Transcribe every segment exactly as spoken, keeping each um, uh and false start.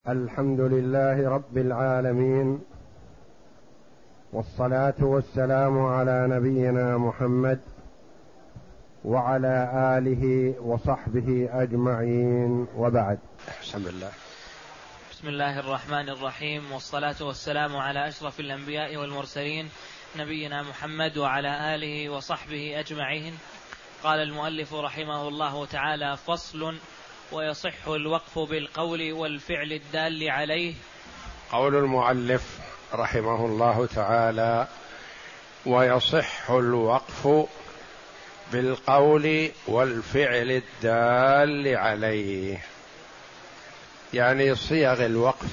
الحمد لله رب العالمين، والصلاة والسلام على نبينا محمد وعلى آله وصحبه أجمعين، وبعد. بسم الله بسم الله الرحمن الرحيم، والصلاة والسلام على أشرف الأنبياء والمرسلين نبينا محمد وعلى آله وصحبه أجمعين. قال المؤلف رحمه الله تعالى: فصل: ويصح الوقف بالقول والفعل الدال عليه. قول المؤلف رحمه الله تعالى: ويصح الوقف بالقول والفعل الدال عليه، يعني صيغ الوقف،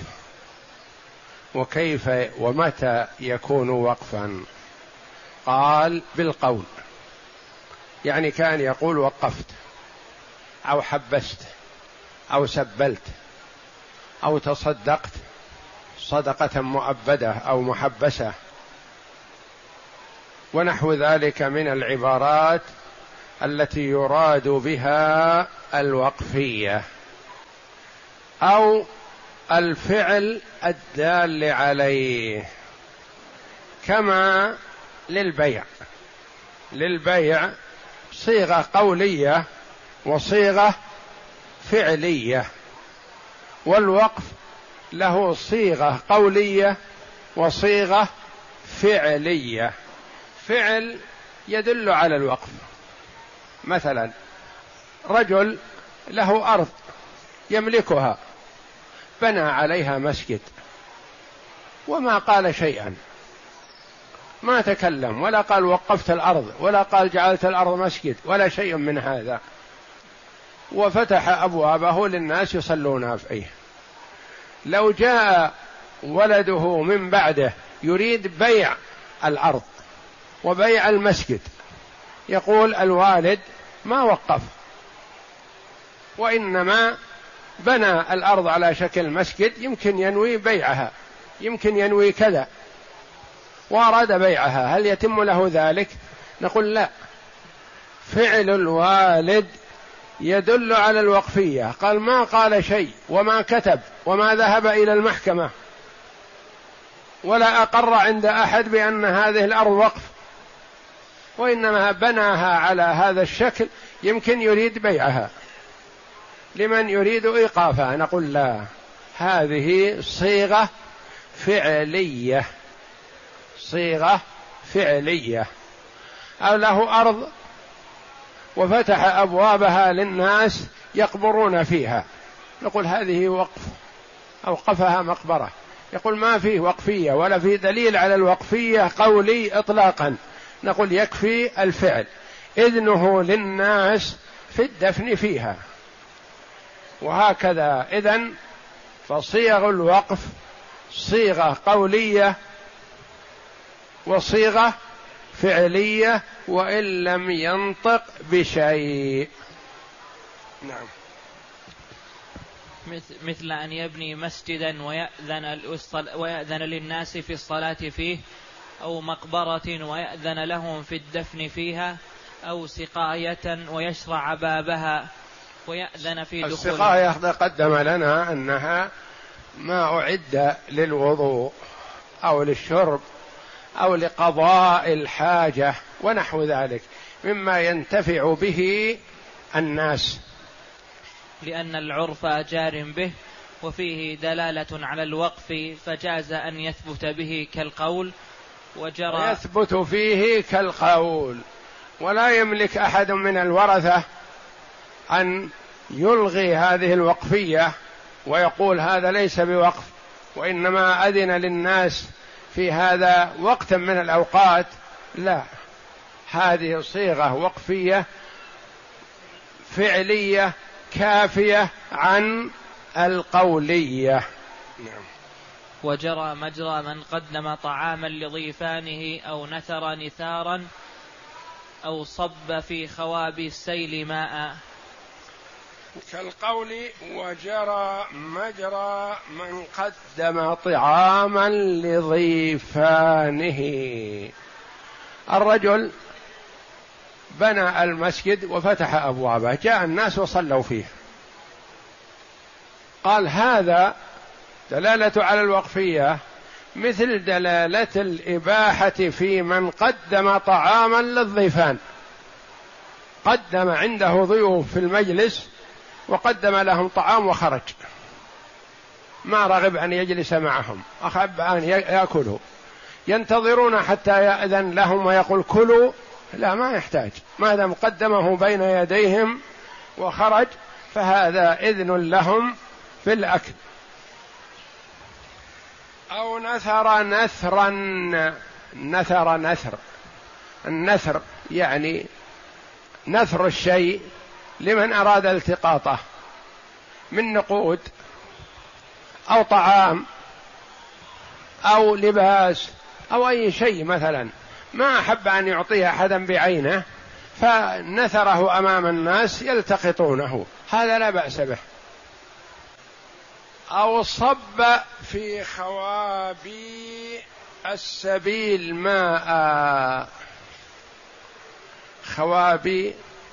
وكيف ومتى يكون وقفا. قال: بالقول، يعني كان يقول وقفت أو حبست أو سبلت أو تصدقت صدقة مؤبدة أو محبسة ونحو ذلك من العبارات التي يراد بها الوقفية، أو الفعل الدال عليه، كما للبيع. للبيع صيغة قولية وصيغة فعلية، والوقف له صيغة قولية وصيغة فعلية. فعل يدل على الوقف، مثلا رجل له أرض يملكها، بنى عليها مسجد وما قال شيئا، ما تكلم ولا قال وقفت الأرض ولا قال جعلت الأرض مسجد ولا شيء من هذا، وفتح أبوابه للناس يصلون فيه. لو جاء ولده من بعده يريد بيع الأرض وبيع المسجد، يقول الوالد ما وقف، وإنما بنى الأرض على شكل مسجد، يمكن ينوي بيعها، يمكن ينوي كذا، وأراد بيعها، هل يتم له ذلك؟ نقول لا، فعل الوالد يدل على الوقفية. قال ما قال شيء وما كتب وما ذهب إلى المحكمة ولا أقر عند أحد بأن هذه الأرض وقف، وإنما بناها على هذا الشكل، يمكن يريد بيعها لمن يريد إيقافها. نقول لا، هذه صيغة فعلية، صيغة فعلية. أو له أرض وفتح أبوابها للناس يقبرون فيها، نقول هذه وقف، أوقفها مقبرة. يقول ما فيه وقفية ولا فيه دليل على الوقفية قولي إطلاقا، نقول يكفي الفعل، إذنه للناس في الدفن فيها. وهكذا إذن فصيغ الوقف صيغة قولية وصيغة فعلية، وإن لم ينطق بشيء. نعم. مثل أن يبني مسجدا ويأذن, ويأذن للناس في الصلاة فيه، أو مقبرة ويأذن لهم في الدفن فيها، أو سقاية ويشرع بابها ويأذن في دخول. السقاية قدم لنا أنها ما أعد للوضوء أو للشرب أو لقضاء الحاجة ونحو ذلك مما ينتفع به الناس، لأن العرف جار به، وفيه دلالة على الوقف، فجاز أن يثبت به كالقول. وجرى يثبت فيه كالقول، ولا يملك أحد من الورثة أن يلغي هذه الوقفية ويقول هذا ليس بوقف، وإنما أذن للناس في هذا وقتا من الأوقات. لا، هذه صيغة وقفية فعلية كافية عن القولية. نعم. وجرى مجرى من قدم طعاما لضيفانه أو نثر نثارا أو صب في خواب السيل ماء، كالقول وجرى مجرى من قدم طعاما لضيفانه. الرجل بنى المسجد وفتح أبوابه، جاء الناس وصلوا فيه، قال هذا دلالة على الوقفية مثل دلالة الإباحة في من قدم طعاما للضيفان، قدم عنده ضيوف في المجلس وقدم لهم طعام وخرج، ما رغب أن يجلس معهم، أحب أن يأكلوا، ينتظرون حتى يأذن لهم ويقول كلوا، لا ما يحتاج، ما دام قدمه بين يديهم وخرج فهذا إذن لهم في الأكل. أو نثر نثرا، نثر نثر، النثر يعني نثر الشيء لمن أراد التقاطه من نقود أو طعام أو لباس أو أي شيء مثلا، ما أحب أن يعطيه أحدا بعينه فنثره أمام الناس يلتقطونه، هذا لا بأس به. أو صب في خوابي السبيل ماء، خوابي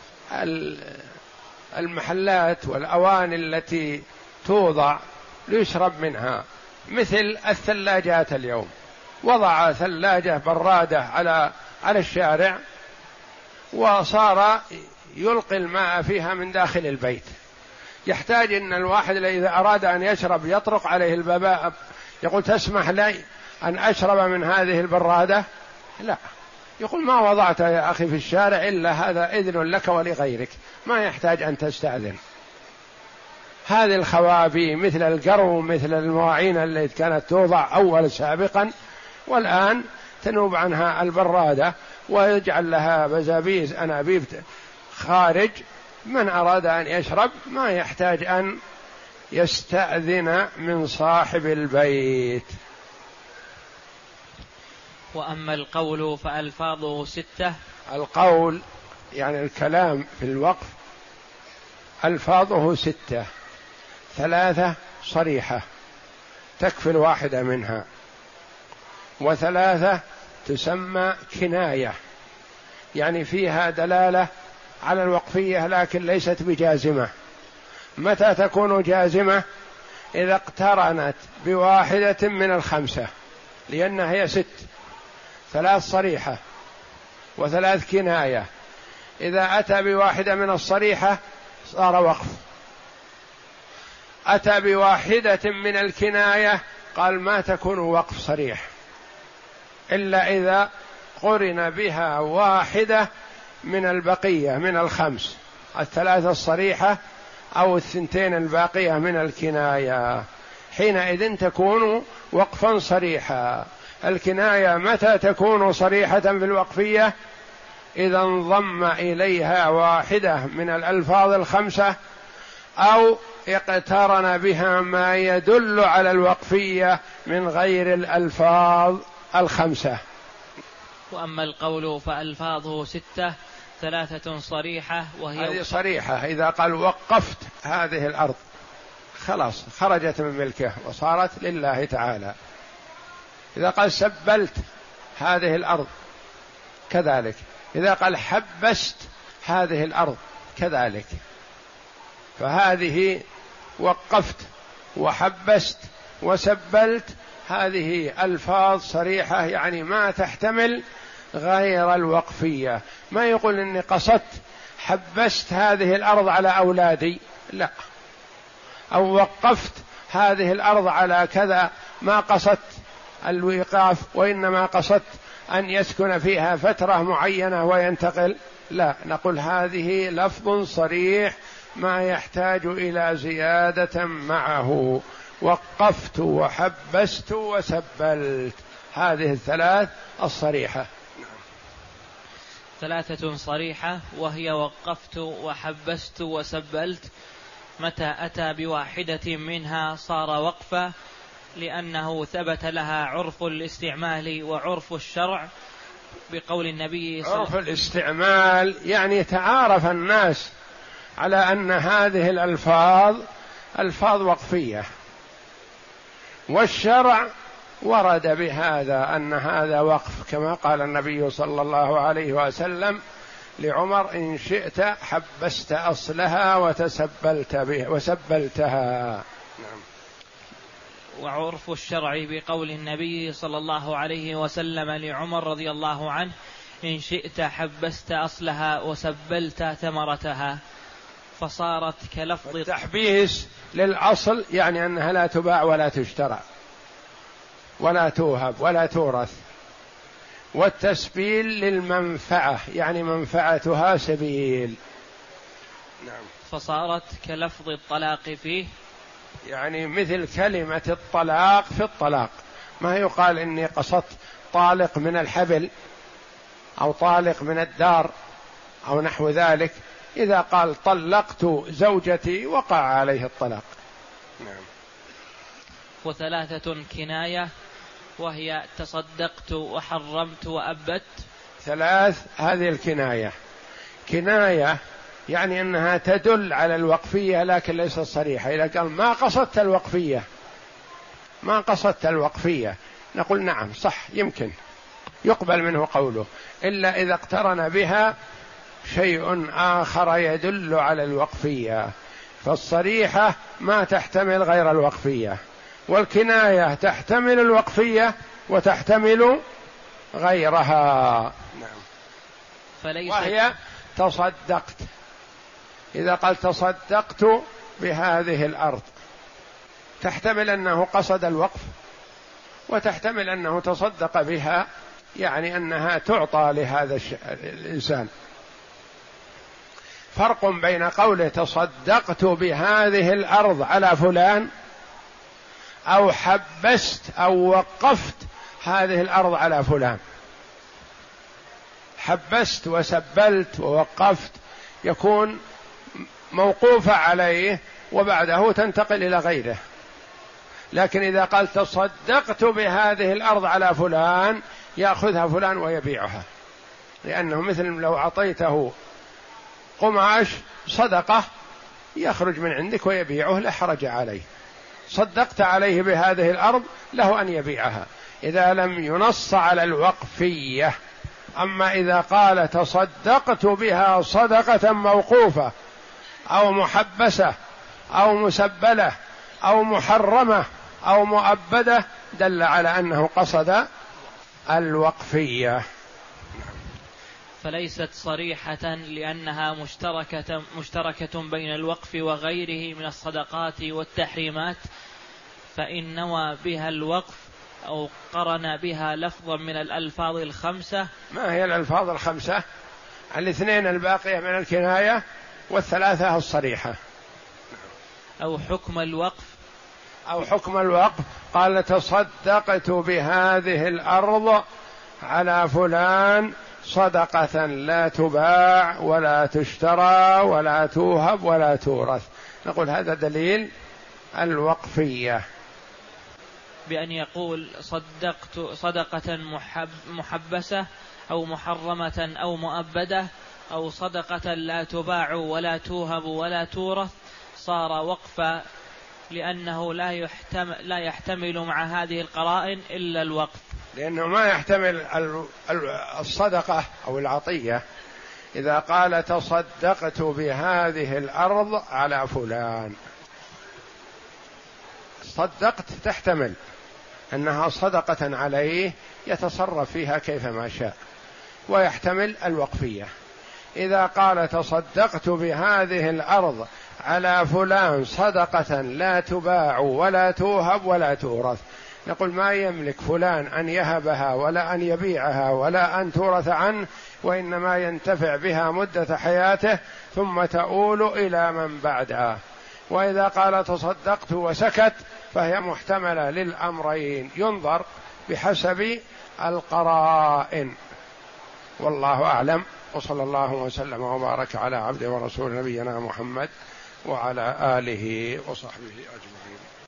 المحلات والأواني التي توضع ليشرب منها، مثل الثلاجات اليوم، وضع ثلاجة برادة على على الشارع وصار يلقي الماء فيها من داخل البيت، يحتاج ان الواحد إذا اراد ان يشرب يطرق عليه الباب يقول تسمح لي ان اشرب من هذه البرادة؟ لا، يقول ما وضعت يا اخي في الشارع الا هذا اذن لك ولغيرك، ما يحتاج ان تستأذن. هذه الخوابي مثل القرو، مثل المواعين التي كانت توضع اول سابقا والان تنوب عنها البرادة ويجعل لها بزابيز انابيب خارج، من أراد أن يشرب ما يحتاج أن يستأذن من صاحب البيت. وأما القول فألفاظه ستة. القول يعني الكلام في الوقف ألفاظه ستة، ثلاثة صريحة تكفي الواحدة منها، وثلاثة تسمى كناية يعني فيها دلالة على الوقفية لكن ليست بجازمة. متى تكون جازمة؟ إذا اقترنت بواحدة من الخمسة، لأنها هي ست، ثلاث صريحة وثلاث كناية، إذا أتى بواحدة من الصريحة صار وقف، أتى بواحدة من الكناية قال ما تكون وقف صريح إلا إذا قرن بها واحدة من البقية من الخمس، الثلاثة الصريحة أو الثنتين الباقية من الكناية، حينئذ تكون وقفا صريحا. الكناية متى تكون صريحة في الوقفية؟ إذا انضم إليها واحدة من الألفاظ الخمسة أو اقترن بها ما يدل على الوقفية من غير الألفاظ الخمسة. وأما القول فألفاظه ستة، ثلاثة صريحة وهي هذه صريحة، إذا قال وقفت هذه الأرض خلاص خرجت من ملكه وصارت لله تعالى. إذا قال سبلت هذه الأرض كذلك، إذا قال حبست هذه الأرض كذلك. فهذه وقفت وحبست وسبلت هذه ألفاظ صريحة يعني ما تحتمل غير الوقفية. ما يقول إني قصدت حبست هذه الأرض على أولادي، لا، أو وقفت هذه الأرض على كذا، ما قصدت الوقاف وإنما قصدت أن يسكن فيها فترة معينة وينتقل، لا، نقول هذه لفظ صريح ما يحتاج إلى زيادة معه. وقفت وحبست وسبلت، هذه الثلاث الصريحة. ثلاثة صريحة وهي وقفت وحبست وسبلت، متى أتى بواحدة منها صار وقفا، لأنه ثبت لها عرف الاستعمال وعرف الشرع بقول النبي صلى الله عليه وسلم. عرف الاستعمال يعني تعارف الناس على أن هذه الألفاظ ألفاظ وقفية، والشرع ورد بهذا أن هذا وقف، كما قال النبي صلى الله عليه وسلم لعمر إن شئت حبست أصلها وتسبلت به وسبلتها. نعم. وعرف الشرع بقول النبي صلى الله عليه وسلم لعمر رضي الله عنه: إن شئت حبست أصلها وسبلت ثمرتها، فصارت كلفظ. التحبيس للأصل يعني أنها لا تباع ولا تشترى ولا توهب ولا تورث، والتسبيل للمنفعة يعني منفعتها سبيل. نعم. فصارت كلفظ الطلاق فيه، يعني مثل كلمة الطلاق في الطلاق، ما يقال إني قصدت طالق من الحبل أو طالق من الدار أو نحو ذلك. إذا قال طلقت زوجتي وقع عليه الطلاق. نعم. وثلاثة كناية، وهي تصدقت وحرمت وأبت. ثلاث، هذه الكناية. كناية يعني أنها تدل على الوقفية لكن ليست صريحة. إذا قال ما قصدت الوقفية ما قصدت الوقفية نقول نعم صح، يمكن يقبل منه قوله، إلا إذا اقترن بها شيء آخر يدل على الوقفية. فالصريحة ما تحتمل غير الوقفية، والكناية تحتمل الوقفية وتحتمل غيرها. نعم. وهي تصدقت. إذا قال تصدقت بهذه الأرض تحتمل أنه قصد الوقف، وتحتمل أنه تصدق بها يعني أنها تعطى لهذا الإنسان. فرق بين قوله تصدقت بهذه الأرض على فلان أو حبست أو وقفت هذه الأرض على فلان. حبست وسبلت ووقفت يكون موقوفة عليه وبعده تنتقل إلى غيره. لكن إذا قال تصدقت بهذه الأرض على فلان يأخذها فلان ويبيعها، لأنه مثل لو أعطيته قماش صدقة يخرج من عندك ويبيعه لا حرج عليه. صدقت عليه بهذه الأرض له أن يبيعها إذا لم ينص على الوقفية. أما إذا قال تصدقت بها صدقة موقوفة أو محبسة أو مسبلة أو محرمة أو مؤبدة دل على أنه قصد الوقفية. فليست صريحة لأنها مشتركة, مشتركة بين الوقف وغيره من الصدقات والتحريمات، فإن نوى بها الوقف أو قرن بها لفظا من الألفاظ الخمسة. ما هي الألفاظ الخمسة؟ الاثنين الباقية من الكناية والثلاثة الصريحة. أو حكم الوقف أو حكم الوقف قال تصدقت بهذه الأرض على فلان صدقة لا تباع ولا تشترى ولا توهب ولا تورث، نقول هذا دليل الوقفية. بأن يقول صدقت صدقة محب محبسة أو محرمة أو مؤبدة أو صدقة لا تباع ولا توهب ولا تورث، صار وقفا لأنه لا يحتمل, لا يحتمل مع هذه القرائن إلا الوقف، لأنه ما يحتمل الصدقة أو العطية. إذا قال تصدقت بهذه الأرض على فلان، صدقت تحتمل أنها صدقة عليه يتصرف فيها كيفما شاء، ويحتمل الوقفية. إذا قال تصدقت بهذه الأرض على فلان صدقة لا تباع ولا توهب ولا تورث، نقول ما يملك فلان أن يهبها ولا أن يبيعها ولا أن تورث عنه، وإنما ينتفع بها مدة حياته ثم تؤول إلى من بعدها. وإذا قال تصدقت وسكت فهي محتملة للأمرين، ينظر بحسب القرائن. والله أعلم، وصلى الله وسلم وبارك على عبد ورسول نبينا محمد وعلى آله وصحبه أجمعين.